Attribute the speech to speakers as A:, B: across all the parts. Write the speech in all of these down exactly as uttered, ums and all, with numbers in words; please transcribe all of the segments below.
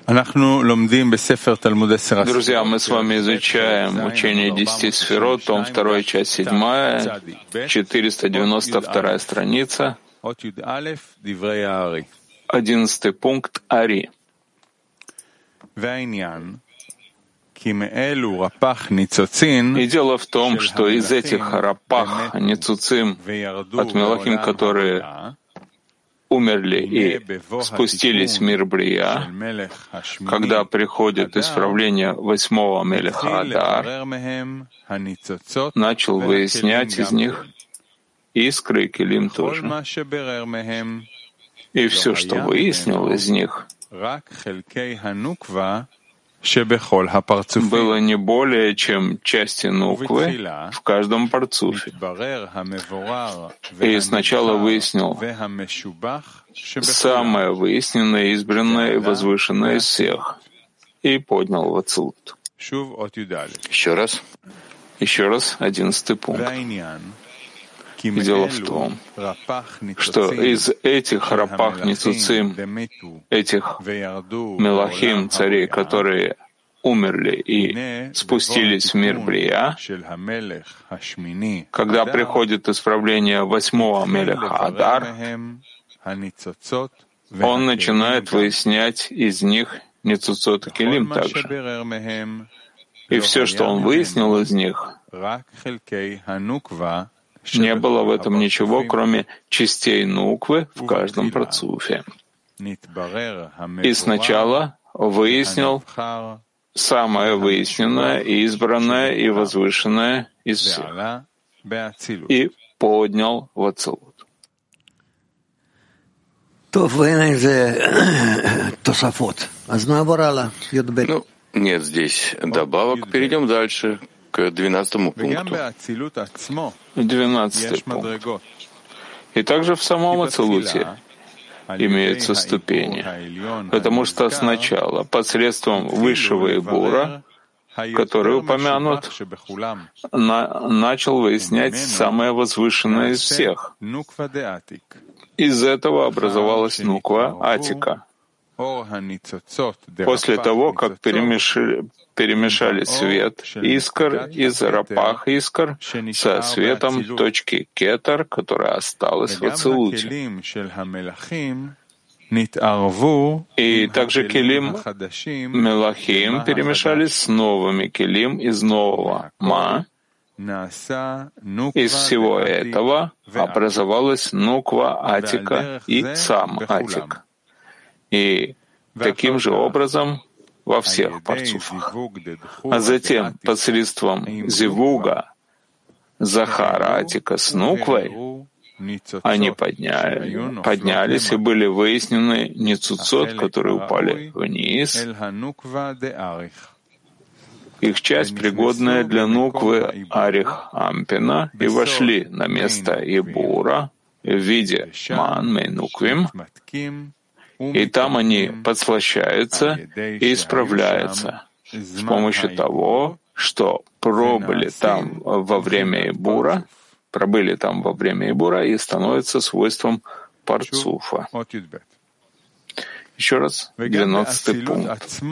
A: Друзья, мы с вами изучаем учение десяти сферот, том второй, часть седьмая, четыреста девяносто вторая страница, одиннадцатый пункт Ари. И дело в том, что из этих рапах, ницуцим, от мелахим, которые умерли и спустились в мир Брия, когда приходит исправление восьмого Мелеха Адар, начал выяснять из них искры и келим тоже. И все, что выяснил из них, было не более чем части нуквы в каждом парцуфе. И сначала выяснил самое выясненное, избранное и возвышенное из всех, и поднял в ацилут. Еще раз. Еще раз, одиннадцатый пункт. И дело в том, что из этих рапах ницуцим, этих мелахим, царей, которые умерли и спустились в мир Брия, когда приходит исправление восьмого Мелеха Адар, он начинает выяснять из них ницуцот и келим также. И все, что он выяснил из них, не было в этом ничего, кроме частей нуквы в каждом парцуфе. И сначала выяснил самое выясненное, избранное и возвышенное из всех, и поднял в ацилут.
B: Ну, нет здесь добавок. Перейдем дальше к двенадцатому пункту.
A: Двенадцатый пункт. И также в самом ацилуте имеются ступени, потому что сначала посредством высшего Ибура, который упомянут, на, начал выяснять самое возвышенное из всех. Из этого образовалась нуква Атика. После того, как перемешали, перемешали свет искр из рапах искр со светом точки кетар, которая осталась в ацилуте. И также келим мелахим перемешались с новыми келим из нового ма. Из всего этого образовалась нуква Атика и сам Атик. И таким же образом во всех парцуфах. А затем посредством зивуга Захара Атика с нуквой они подняли, поднялись и были выяснены ницуцот, которые упали вниз, их часть, пригодная для нуквы Арих Ампина, и вошли на место Ибура в виде ман мейнуквим, и там они подслащаются и исправляются с помощью того, что пробыли там во время Ибура, пробыли там во время Ибура и становятся свойством парцуфа. Еще раз, двенадцатый пункт.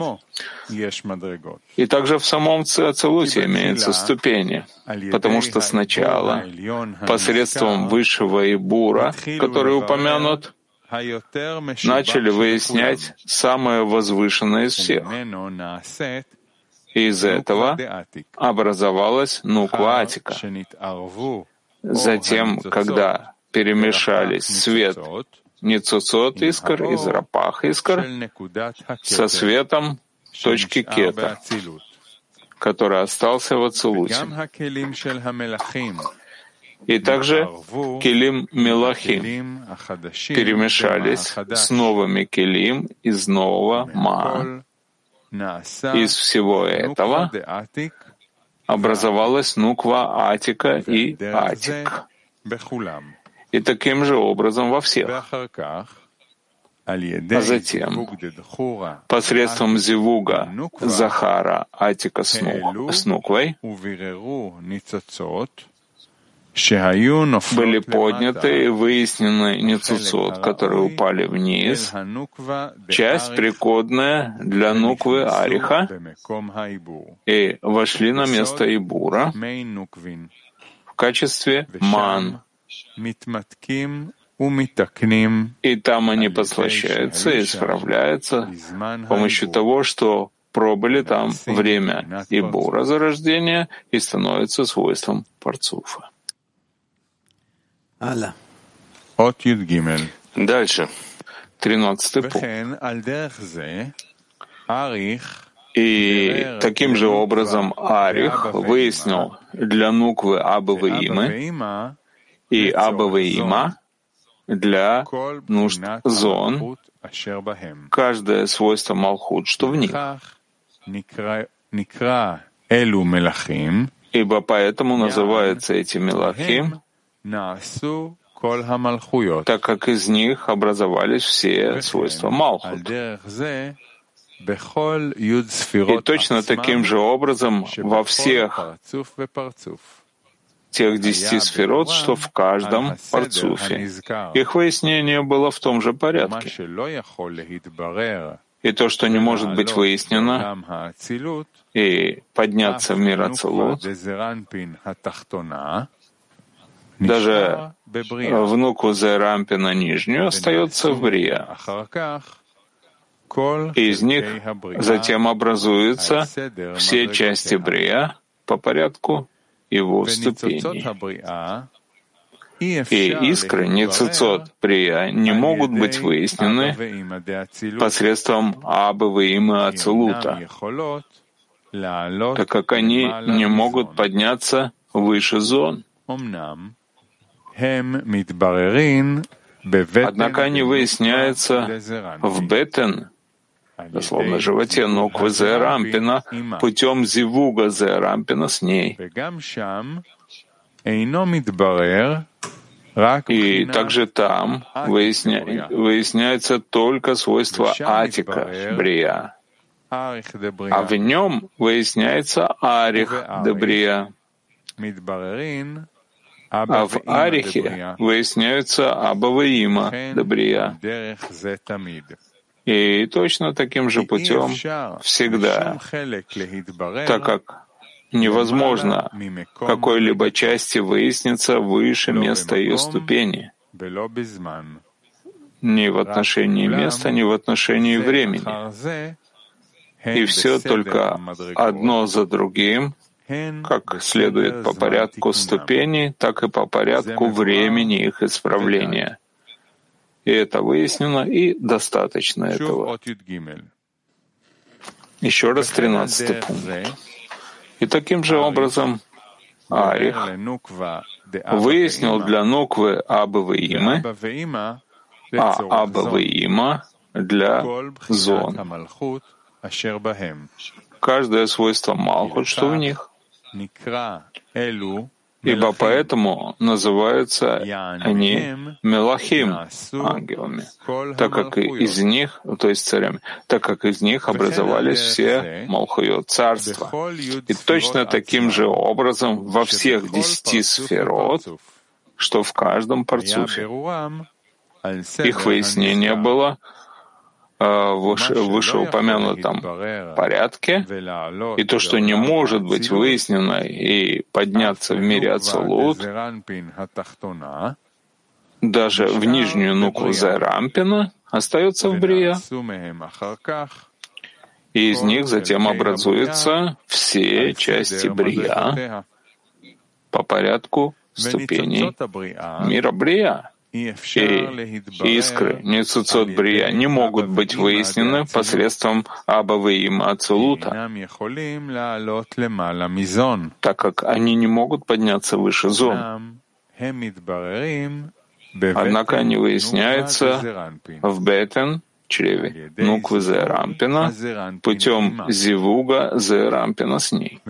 A: И также в самом ацилуте имеются ступени, потому что сначала посредством высшего Ибура, который упомянут, начали выяснять самое возвышенное из всех. И из этого образовалась нуква Атика. Затем, когда перемешались свет ницуцот искр из рапах искр со светом точки кетар, который остался в ацилуте. И также келим мелахим перемешались с новыми келим из нового ма. Из всего этого образовалась нуква Атика и Атик. И таким же образом во всех. А затем, посредством зивуга Захара Атика с нуквой, были подняты и выяснены нецуцот, которые упали вниз, часть пригодная для нуквы Ариха, и вошли на место Ибура в качестве ман. И там они послащаются и исправляются с помощью того, что пробыли там время Ибура зарождения и становятся свойством парцуфа.
B: Дальше.
A: Тринадцатый пункт. И таким же образом Арих выяснил для нуквы Абаваимы и Абаваима для нужд зон каждое свойство Малхут, что в них. Ибо поэтому называются эти Мелахим, так как из них образовались все свойства Малхут. И точно таким же образом во всех тех десяти сферот, что в каждом парцуфе. Их выяснение было в том же порядке. И то, что не может быть выяснено, и подняться в мир Ацилут, даже внуку Зерампина нижнюю остается в Брия. И из них затем образуются все части Брия по порядку его ступеней. И искры нецуцот Брия не могут быть выяснены посредством Абаваимы Ацилута, так как они не могут подняться выше зон. Однако они выясняются в бетен, дословно животе нуквы Зерампина, путем зивуга Зерампина с ней. И также там выясня... выясняется только свойство Атика Брия, а в нем выясняется Арих де Брия. А в Арихе выясняются Абаваима де Брия. И точно таким же путем всегда, так как невозможно какой-либо части выясниться выше места ее ступени, ни в отношении места, ни в отношении времени. И все только одно за другим, как следует по порядку ступеней, так и по порядку времени их исправления. И это выяснено, и достаточно этого. Еще раз тринадцатый пункт. И таким же образом Арих выяснил для нуквы Абаваимы, а Абаваима для зон каждое свойство Малхут, что в них. Ибо поэтому называются они Мелахим, ангелами, так как из них, то есть царями, так как из них образовались все Малхуйот царства. И точно таким же образом во всех десяти сферот, что в каждом парцуфе. Их выяснение было в вышеупомянутом порядке, и то, что не может быть выяснено и подняться в мире Ацилут, даже в нижнюю нукву Зерампина, остается в Брия, и из них затем образуются все части Брия по порядку ступеней мира Брия. И искры нецуцот Брия не могут быть выяснены посредством Абаваима Ацилута, так как они не могут подняться выше зон. Однако они выясняются в бетен, чреве нуквы Зерампина, путем зивуга Зерампина с ней.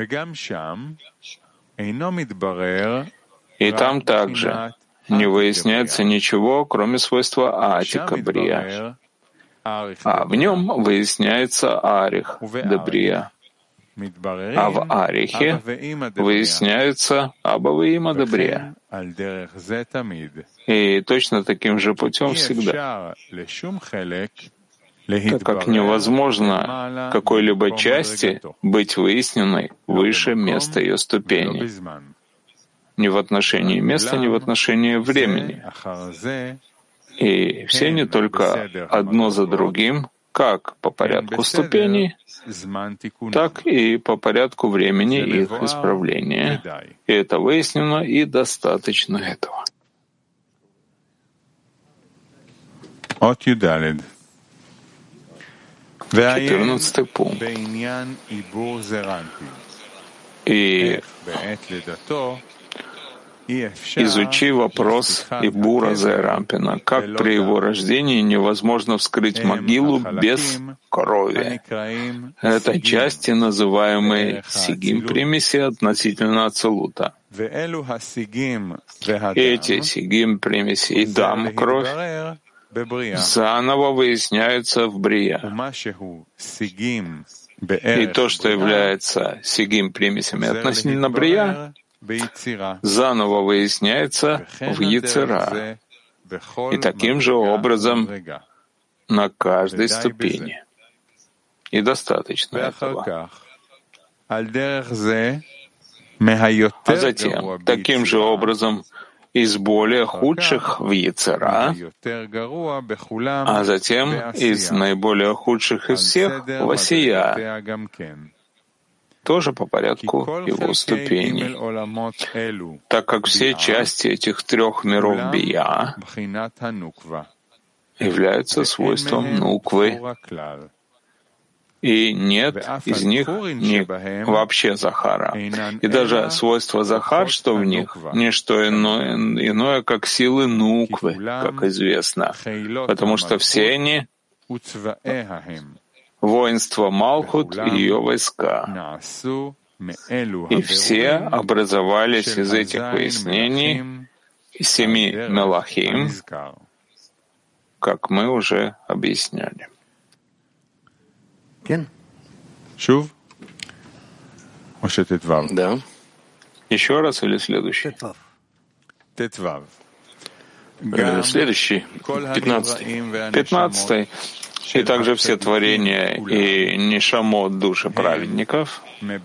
A: И там также не выясняется ничего, кроме свойства Атика Брия, а в нем выясняется Арих де Брия. а в Арихе выясняются Абба и Има Дебрия. И точно таким же путем всегда. Так как невозможно какой-либо части быть выясненной выше места ее ступени. Ни в отношении места, ни в отношении времени. И все они только одно за другим, как по порядку ступеней, так и по порядку времени их исправления. И это выяснено, и достаточно этого. Четырнадцатый пункт. И изучи вопрос Ибура Зерампина, как при его рождении невозможно вскрыть могилу без крови. Это части, называемые сигим примеси относительно Ацилута. Эти сигим примеси и дам кровь заново выясняются в Брия. И то, что является сигим примесями относительно Брия, заново выясняется в Ецера. И таким же образом на каждой ступени. И достаточно этого. А затем, таким же образом, из более худших в Ецера, а затем из наиболее худших из всех в Осия, тоже по порядку его ступеней, так как все части этих трех миров Бия являются свойством нуквы, и нет из них ни вообще Захара. И даже свойство Захар, что в них, не что иное, иное, как силы нуквы, как известно, потому что все они воинство Малхут и ее войска. И все образовались из этих выяснений семи Мелахим, как мы уже объясняли. Да. Еще раз или следующий? Следующий, пятнадцатый. Пятнадцатый. И также все творения и нишамот души праведников,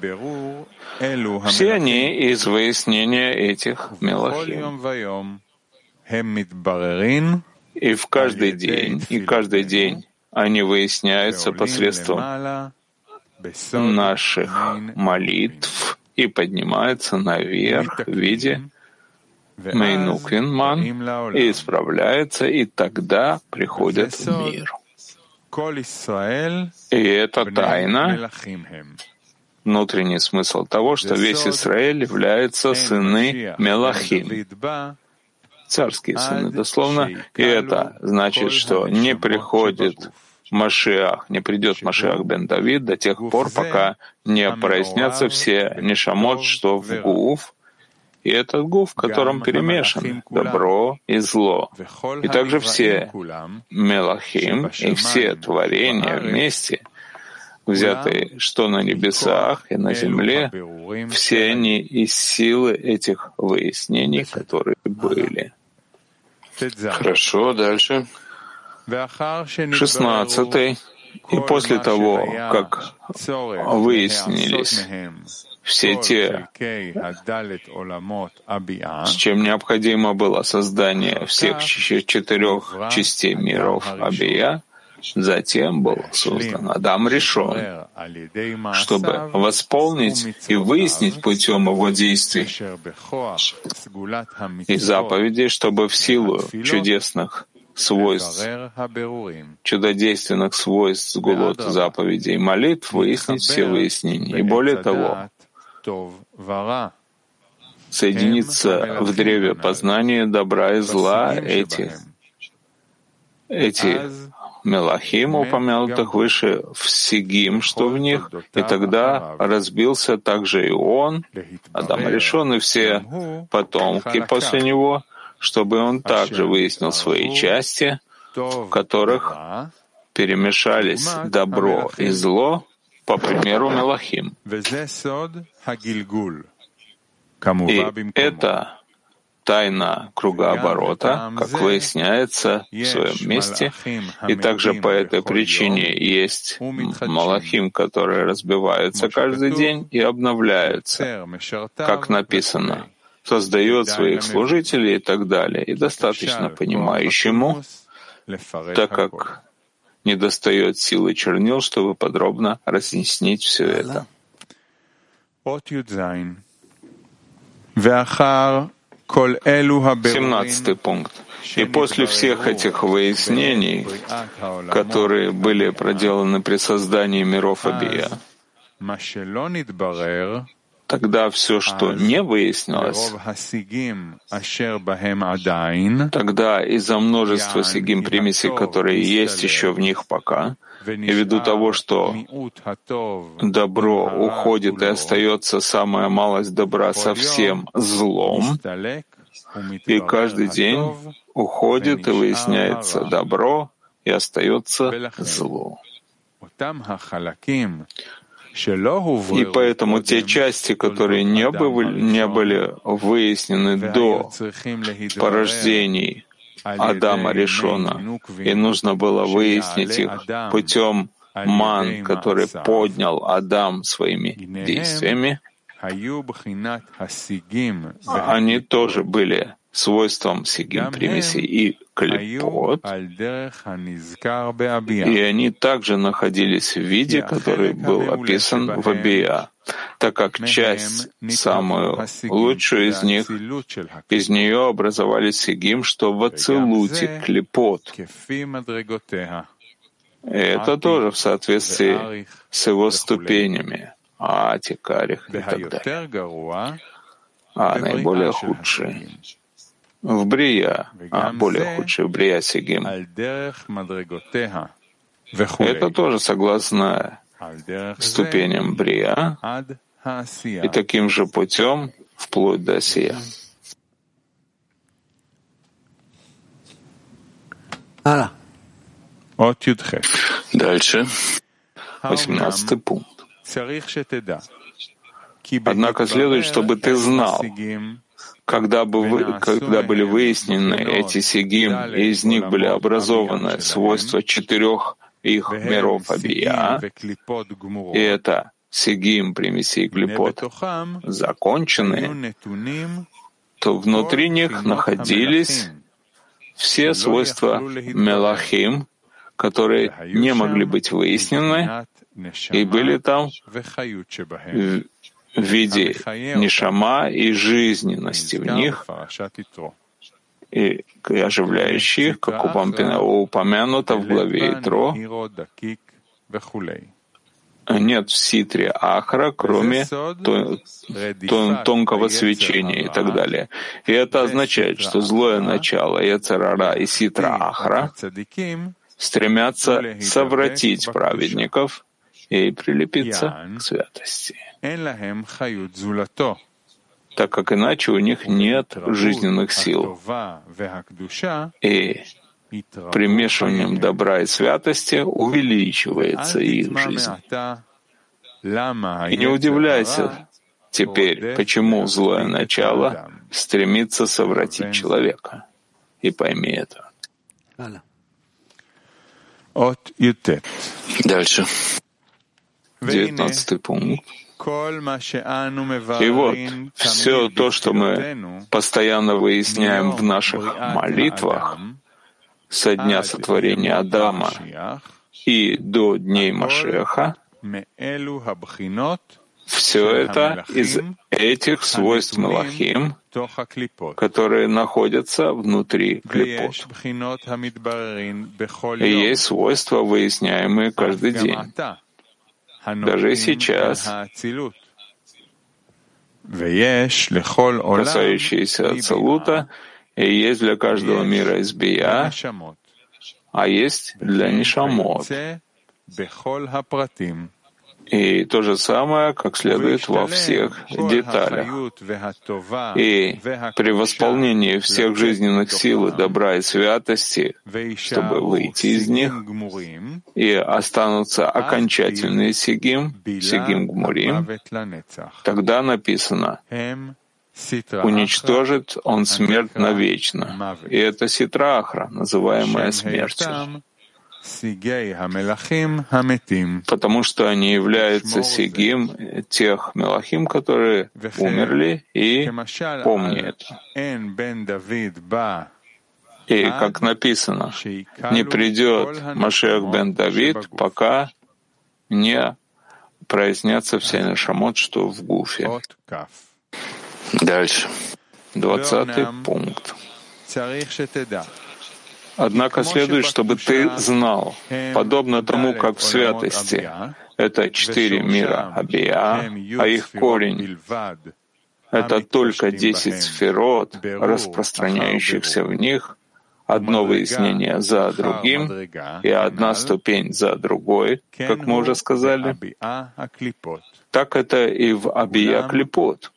A: все они из выяснения этих мелахим. И в каждый день, и каждый день они выясняются посредством наших молитв и поднимаются наверх в виде Мейнуквинман и исправляются, и тогда приходят в мир. И это тайна, внутренний смысл того, что весь Израиль является сыны Мелахим, царские сыны, дословно. И это значит, что не приходит Машиах, не придет Машиах бен Давид до тех пор, пока не прояснятся все нишамот, что в Гуф, и этот гуф, в котором перемешаны добро и зло. И также все мелахим и все творения вместе, взятые что на небесах и на земле, все они из силы этих выяснений, которые были.
B: Хорошо, дальше.
A: Шестнадцатый. И после того, как выяснились все те, с чем необходимо было создание всех четырех частей миров Абия, затем был создан Адам Ришон, чтобы восполнить и выяснить путем его действий и заповедей, чтобы в силу чудесных свойств, чудодейственных свойств сгулот заповедей и молитв выяснить все выяснения. И более того, соединиться в древе познания добра и зла эти, эти мелахим, упомянутых выше, в сигим, что в них, и тогда разбился также и он, Адам Ришон, и все потомки после него, чтобы он также выяснил свои части, в которых перемешались добро и зло, по примеру Мелахим. И это тайна кругооборота, как выясняется в своем месте, и также по этой причине есть Малахим, которые разбиваются каждый день и обновляются, как написано, создает своих служителей и так далее. И достаточно понимающему, так как недостает силы чернил, чтобы подробно разъяснить все это. Семнадцатый пункт. И после всех этих выяснений, которые были проделаны при создании миров Абия, тогда все, что не выяснилось, тогда из-за множества сигим примесей, которые есть еще в них пока, и ввиду того, что добро уходит и остается самая малость добра совсем злом, и каждый день уходит и выясняется добро, и остается зло. И поэтому те части, которые не были, не были выяснены до порождений Адама Ришона, и нужно было выяснить их путем ман, который поднял Адам своими действиями, они тоже были свойством сигим примесей и клипот, и они также находились в виде, который был описан в Абия, так как часть, самую лучшую из них, из нее образовались сигим, что в ацилуте клипот. И это тоже в соответствии с его ступенями, Атик, Арих и так далее. А наиболее худшие в Брия, а более худшие в Брия Сигим. Это тоже согласно ступеням Брия и таким же путем вплоть до Сия.
B: Дальше.
A: Восемнадцатый пункт. Однако следует, чтобы ты знал, когда, бы вы, когда были выяснены эти сигим, и из них были образованы свойства четырех их миров Абия, и это сигим, примеси и клипот, законченные, то внутри них находились все свойства мелахим, которые не могли быть выяснены, и были там в виде нишама и жизненности в них, и оживляющих, как упомянуто в главе Итро, нет в ситре Ахра, кроме тон, тон, тонкого свечения и так далее. И это означает, что злое начало Яцер-Ара и ситра Ахра стремятся совратить праведников и прилепиться к святости, так как иначе у них нет жизненных сил. И примешиванием добра и святости увеличивается их жизнь. И не удивляйся теперь, почему злое начало стремится совратить человека. И пойми это.
B: Дальше.
A: Девятнадцатый пункт. И вот все то, что мы постоянно выясняем в наших молитвах со дня сотворения Адама и до дней Машеха, все это из этих свойств Мелахим, которые находятся внутри клипот. И есть свойства, выясняемые каждый день. Даже и сейчас, касающиеся Ацилута, и есть для каждого мира из Бия, а есть для Нишамот. И то же самое, как следует во всех деталях. И при восполнении всех жизненных сил и добра и святости, чтобы выйти из них, и останутся окончательные сигим, сигим гмурим, тогда написано: уничтожит он смерть навечно. И это ситра ахра, называемая смертью. Потому что они являются сигим тех мелахим, которые умерли, и помни это. И, как написано, не придет Машиах бен Давид, пока не прояснятся все нешамот, что в гуфе.
B: Дальше.
A: Двадцатый пункт. Однако следует, чтобы ты знал, подобно тому, как в святости это четыре мира Абия, а их корень — это только десять сферот, распространяющихся в них, одно выяснение за другим и одна ступень за другой, как мы уже сказали, так это и в Абия Клипот.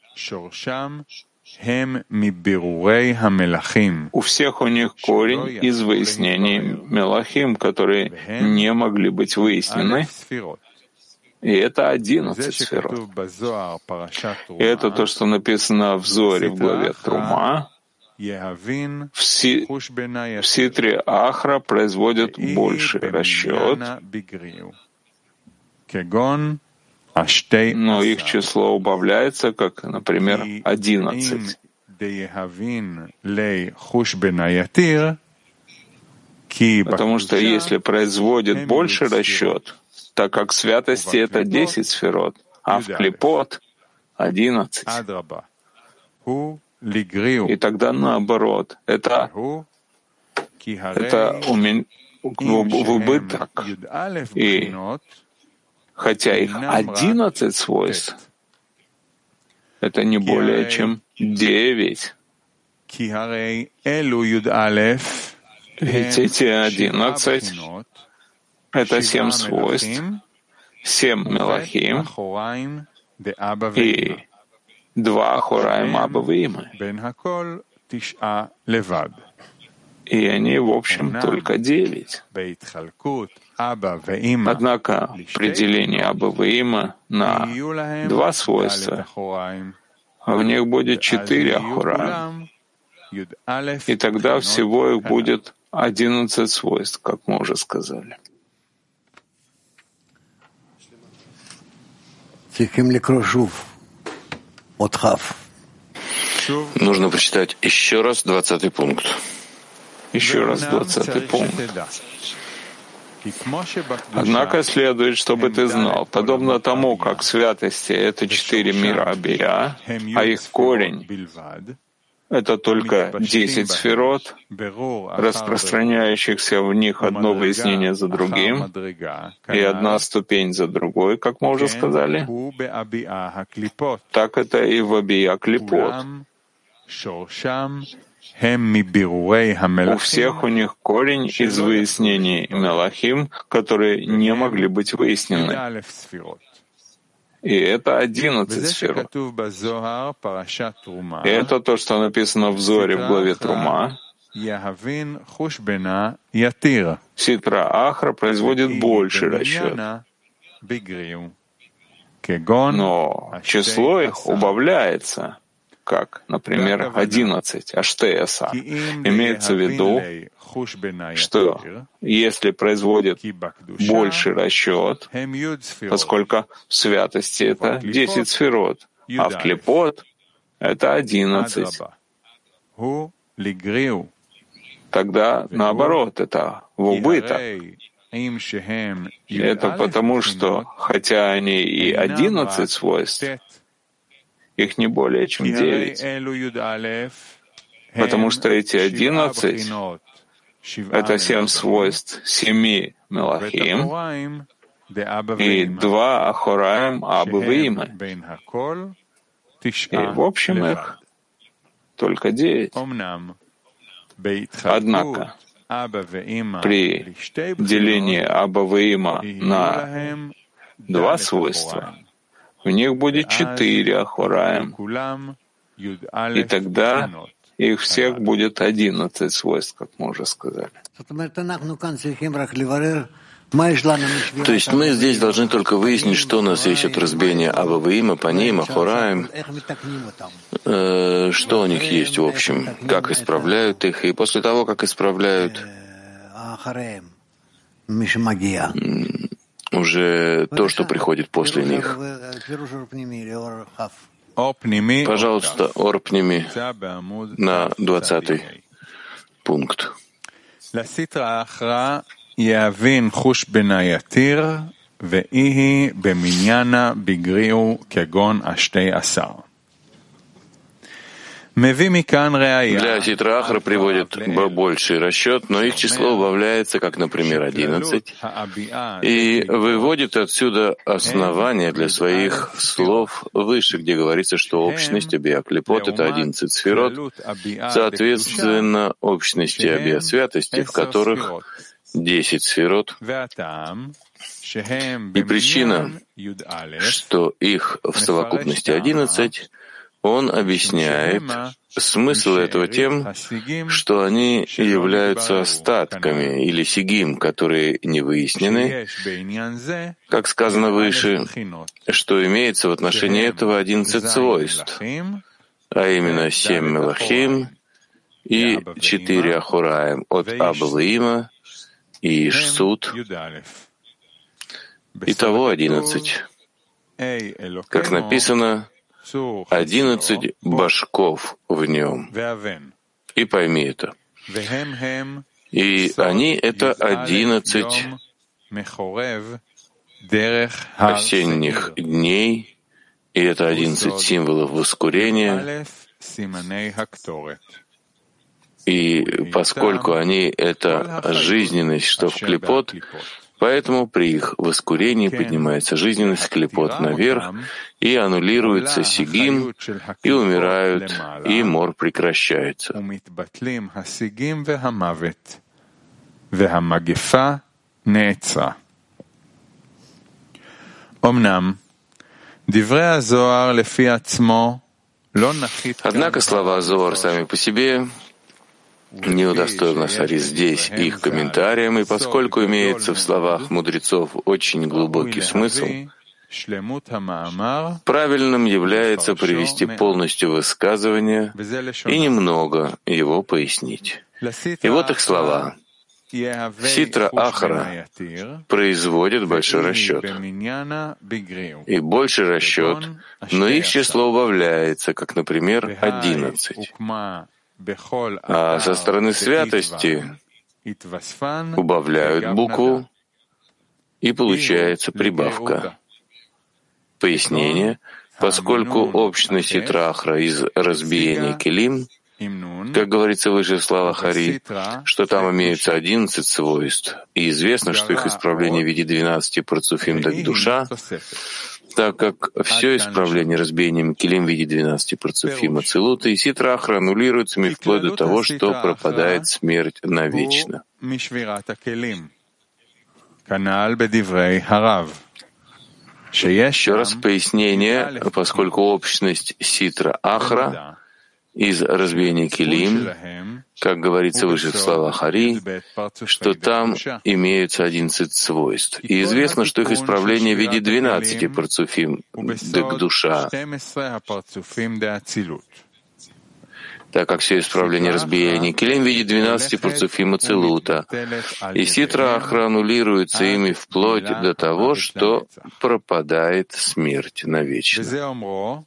A: У всех у них корень из выяснений мелахим, которые не могли быть выяснены, и это одиннадцать сферот. И это то, что написано в Зоре в главе Трума. В, си, в ситре Ахра производят больший расчет, но их число убавляется, как, например, одиннадцать. Потому что если производит больший расчет, так как в святости это десять сферот, а в клипот — одиннадцать. И тогда наоборот, это, это умен... в убыток. И хотя их одиннадцать свойств, это не более чем девять. Ведь эти одиннадцать — это семь свойств, семь мелахим и два Ахураим Аба веима. И они, в общем, только девять. Однако при делении Аба веима на два свойства в них будет четыре Ахураим. И тогда всего их будет одиннадцать свойств, как мы уже сказали.
B: Нужно прочитать еще раз двадцатый пункт.
A: Еще раз двадцатый пункт. Однако следует, чтобы ты знал, подобно тому, как в святости это четыре мира Абия, а их корень — это только десять сферот, распространяющихся в них одно выяснение за другим и одна ступень за другой, как мы уже сказали, так это и в Абия Клипот. У всех у них корень из выяснений мелахим, которые не могли быть выяснены. И это одиннадцать сферот. И это то, что написано в Зоре в главе Трума. Ситра Ахра производит больший расчет. Но число их убавляется, как, например, одиннадцать, аштеяса. Имеется в виду, что если производит больший расчет, поскольку в святости это десять сферот, а в клипот это одиннадцать, тогда наоборот, это в убыток. Это потому, что, хотя они и одиннадцать свойств, их не более чем девять. Потому что эти одиннадцать — это семь свойств семи мелахим и два Ахураим Аба веима. И в общем их только девять. Однако при делении Аба веима на два свойства. В них будет четыре Ахораим, и тогда их всех будет одиннадцать свойств, как мы уже сказали.
B: То есть мы здесь должны только выяснить, что у нас есть от разбиения Ававаим, Апаним, Ахораим, э, что у них есть в общем, как исправляют их, и после того, как исправляют, уже то, что приходит после них. Пожалуйста, Орпними на двадцатый пункт.
C: יהבין חוש בני יתיר, ואיהי במניינה בגריעו כגון השתי עשר. מביא מכאן ראיה.
B: Для ситра Ахра приводит больший расчет, но их число убавляется, как, например, одиннадцать, и выводит отсюда основание для своих слов выше, где говорится, что общность Абия-клипот — это одиннадцать сферот, соответственно, общности Абия-святости, в которых десять сферот, и причина, что их в совокупности одиннадцать, он объясняет смысл этого тем, что они являются остатками или сигим, которые не выяснены, как сказано выше, что имеется в отношении этого одиннадцать свойств, а именно семь мелахим и четыре ахураим от Абаваима и Ишсут, итого одиннадцать. Как написано, одиннадцать башков в нем. И пойми это. И они — это одиннадцать осенних дней, и это одиннадцать символов воскурения. И поскольку они — это жизненность, что в клипот, поэтому при их воскурении поднимается жизненность клипот наверх, и аннулируется сигим, и умирают, и мор прекращается. Однако слова Зоар сами по себе не удостоил нас Ари здесь их комментарием, и поскольку имеется в словах мудрецов очень глубокий смысл, правильным является привести полностью высказывание и немного его пояснить. И вот их слова. Ситра Ахра производит большой расчет. И больший расчет, но их число убавляется, как, например, одиннадцать. А со стороны святости убавляют букву, и получается прибавка. Пояснение. Поскольку общность Ситра Ахра из разбиения Келим, как говорится выше в словах Ари, что там имеются одиннадцать свойств, и известно, что их исправление в виде двенадцати парцуфим дак душа, так как все исправление разбиением Келим в виде двенадцати парцуфим ацилута и Ситра Ахра аннулируется вплоть до того, что пропадает смерть навечно. Еще раз пояснение, поскольку общность Ситра Ахра из разбиения Келим, как говорится выше в словах Ари, что там имеются одиннадцать свойств. И известно, что их исправление в виде двенадцати парцуфим дак душа, так как все исправление разбиения Келим в виде двенадцати парцуфим ацилута. И Ситра Ахра аннулируется ими вплоть до того, что пропадает смерть навечно.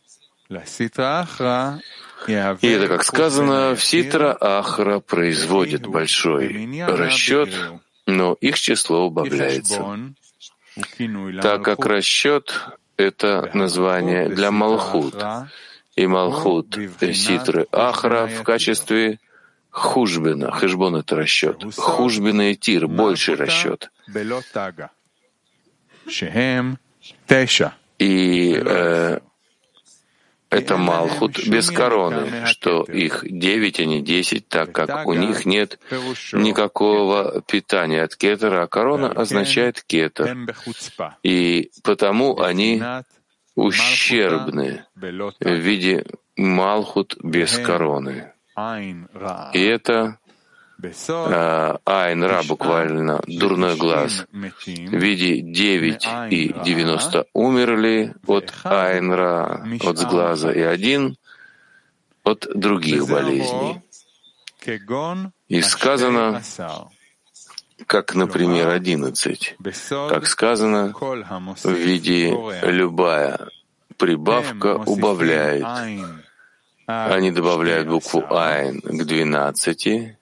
B: И это, как сказано, в Ситра Ахра производит большой расчет, но их число убавляется. Так как расчет — это название для Малхут, и Малхут Ситры Ахра в качестве Хушбина, Хешбон — это расчет, Хушбина и Тир — больший расчет. И э, это Малхут без короны, что их девять, а не десять, так как у них нет никакого питания от кетера, а корона означает кетер, и потому они ущербны в виде Малхут без короны. И это а, Айн Ра, буквально дурной глаз, в виде девять и девяносто умерли от Айн Ра, от сглаза, и один от других болезней. И сказано, как, например, одиннадцать, как сказано, в виде любая прибавка убавляет. Они добавляют букву Айн к двенадцати,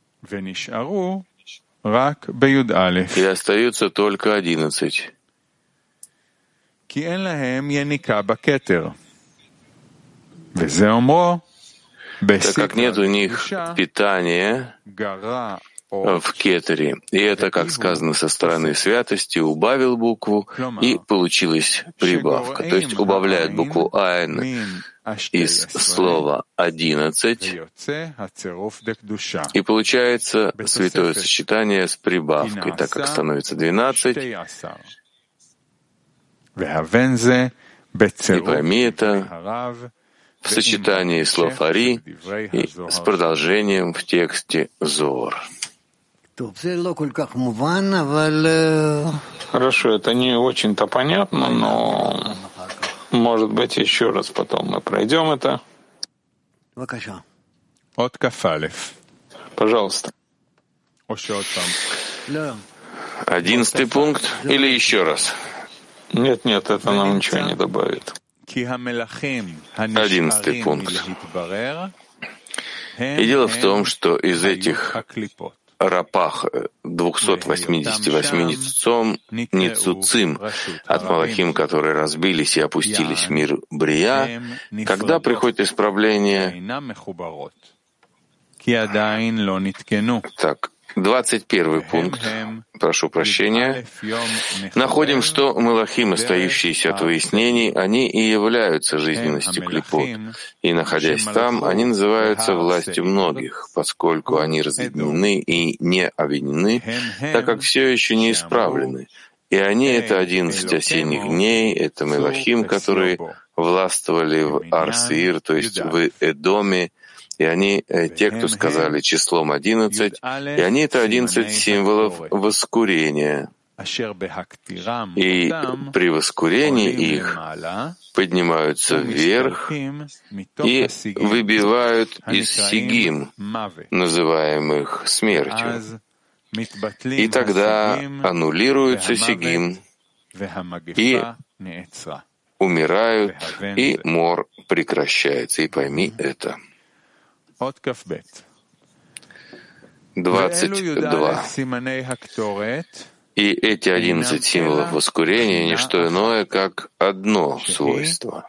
B: и остается только одиннадцать. Так как нет у них питания в кетере, и это, как сказано со стороны святости, убавил букву, и получилась прибавка. То есть убавляют букву Айн из слова «одиннадцать», и получается святое сочетание с прибавкой, так как становится двенадцать. И пойми это в сочетании слов Ари и с продолжением в тексте Зоар.
A: Хорошо, это не очень-то понятно, но, может быть, еще раз потом мы пройдем это. Пожалуйста.
B: Одиннадцатый пункт или еще раз?
A: Нет, нет, это нам ничего не добавит.
B: Одиннадцатый пункт. И дело в том, что из этих рапах двухсот восьмидесяти восьми ницуцом, ницуцим от малахим, которые разбились и опустились в мир Брия, когда приходит исправление, так, двадцать первый пункт, прошу прощения, находим, что малахим, остающиеся от выяснений, они и являются жизненностью клипот, и, находясь там, они называются властью многих, поскольку они разъединены и не объединены, так как все еще не исправлены. И они — это одиннадцать осенних дней, это малахим, которые властвовали в Ар-Сеир, то есть в Эдоме, и они, те, кто сказали числом одиннадцать, и они — это одиннадцать символов воскурения. И при воскурении их поднимаются вверх и выбивают из сигим, называемых смертью. И тогда аннулируется сигим, и умирают, и мор прекращается. И пойми это. двадцать два. И эти одиннадцать символов воскурения — не что иное, как одно свойство.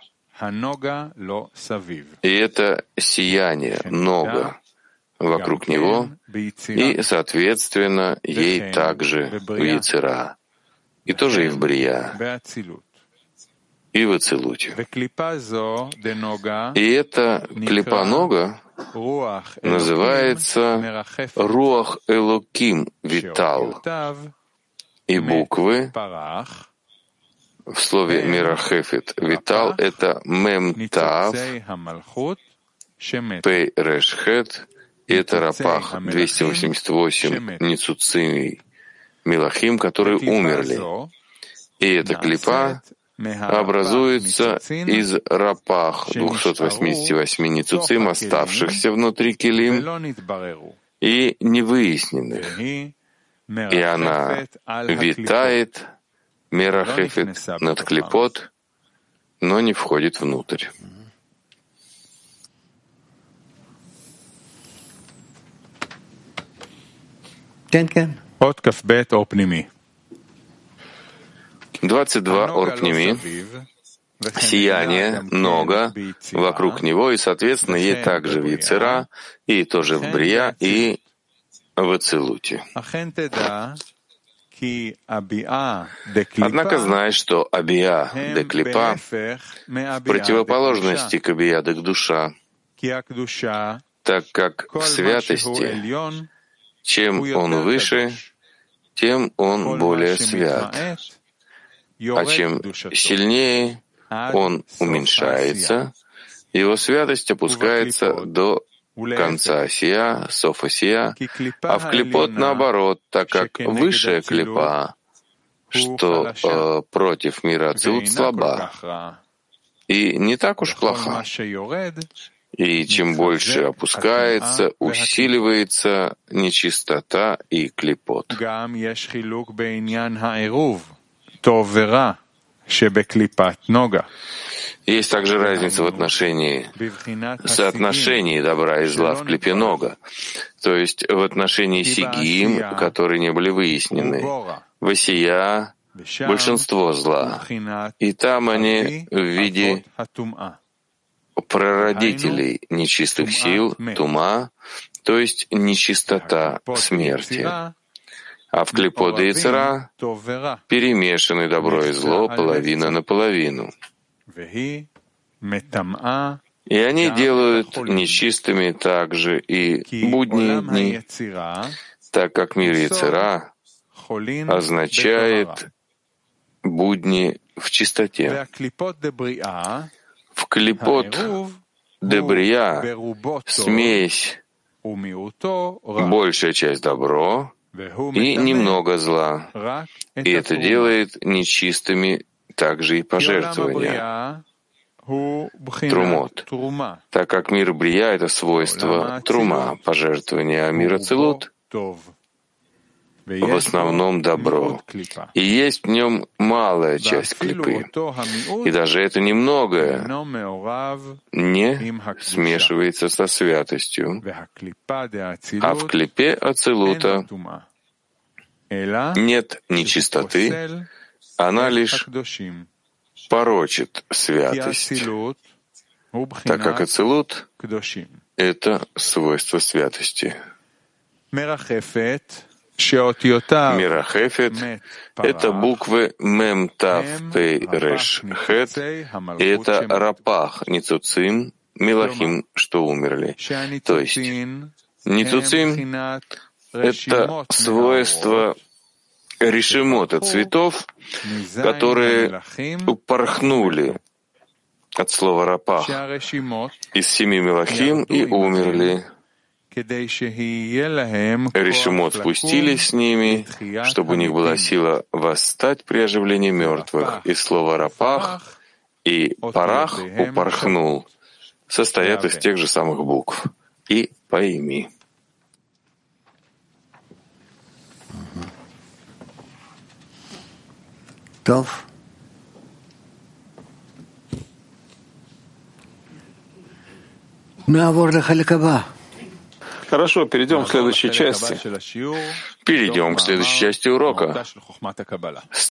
B: И это сияние, нога, вокруг него, и, соответственно, ей также в Йецера, и тоже и в Брия, и в Ацилуте. И эта клипа нога называется Руах Элоким Витал, и буквы в слове Мирахефет Витал — это Мем Тав, Пей Решхет, и это Рапах двести восемьдесят восемь Ницуцимий Милахим, которые умерли. И эта клипа образуется из рапах двухсот восьмидесяти восьми ницуцим, оставшихся внутри килим и невыясненных. И она витает, мерахефет, над клипот, но не входит внутрь. двадцать два Орпними, сияние, нога, вокруг него, и, соответственно, ей также в Йецера, и тоже в Брия, и в Ацилуте. Однако знай, что абия де клипа в противоположности к абия де душа, так как в святости, чем он выше, тем он более свят, а чем сильнее он уменьшается, его святость опускается до конца осия, софосия, а в клипот наоборот, так как высшая клипа, что э, против мира ацилут, слаба и не так уж плоха. И чем больше опускается, усиливается нечистота и клипот. Есть также разница в отношении соотношении добра и зла в клипе нога, то есть в отношении сигим, которые не были выяснены, в осия большинство зла, и там они в виде прародителей нечистых сил, тума, то есть нечистота смерти. А в клипот и яцера перемешаны добро и зло половина на половину. И они делают нечистыми также и будние дни, так как мир яцера означает будни в чистоте. В клипот дебрия смесь, большая часть добро и немного зла, и это делает нечистыми также и пожертвования, трумот, так как мир брия — это свойство трума, пожертвования, а мир ацилут в основном добро. И есть в нем малая часть клипы. И даже это немногое не смешивается со святостью. А в клипе ацилута нет нечистоты, она лишь порочит святость, так как ацилут — это свойство святости. Мирахефет — это буквы Мем, Тав, Пей, Реш, Хет, и это Рапах, Ницуцим, Милахим, что умерли. То есть Ницуцим — это свойство решемота цветов, которые упорхнули от слова Рапах из семи Милахим и умерли. Решемот спустились с ними, чтобы у них была сила восстать при оживлении мертвых. И слово «рапах» и «парах» упорхнул состоят из тех же самых букв. И «пойми».
D: Тов. Нa'avor lechalik haba.
A: Хорошо, перейдем к следующей части.
B: Перейдем к следующей части урока.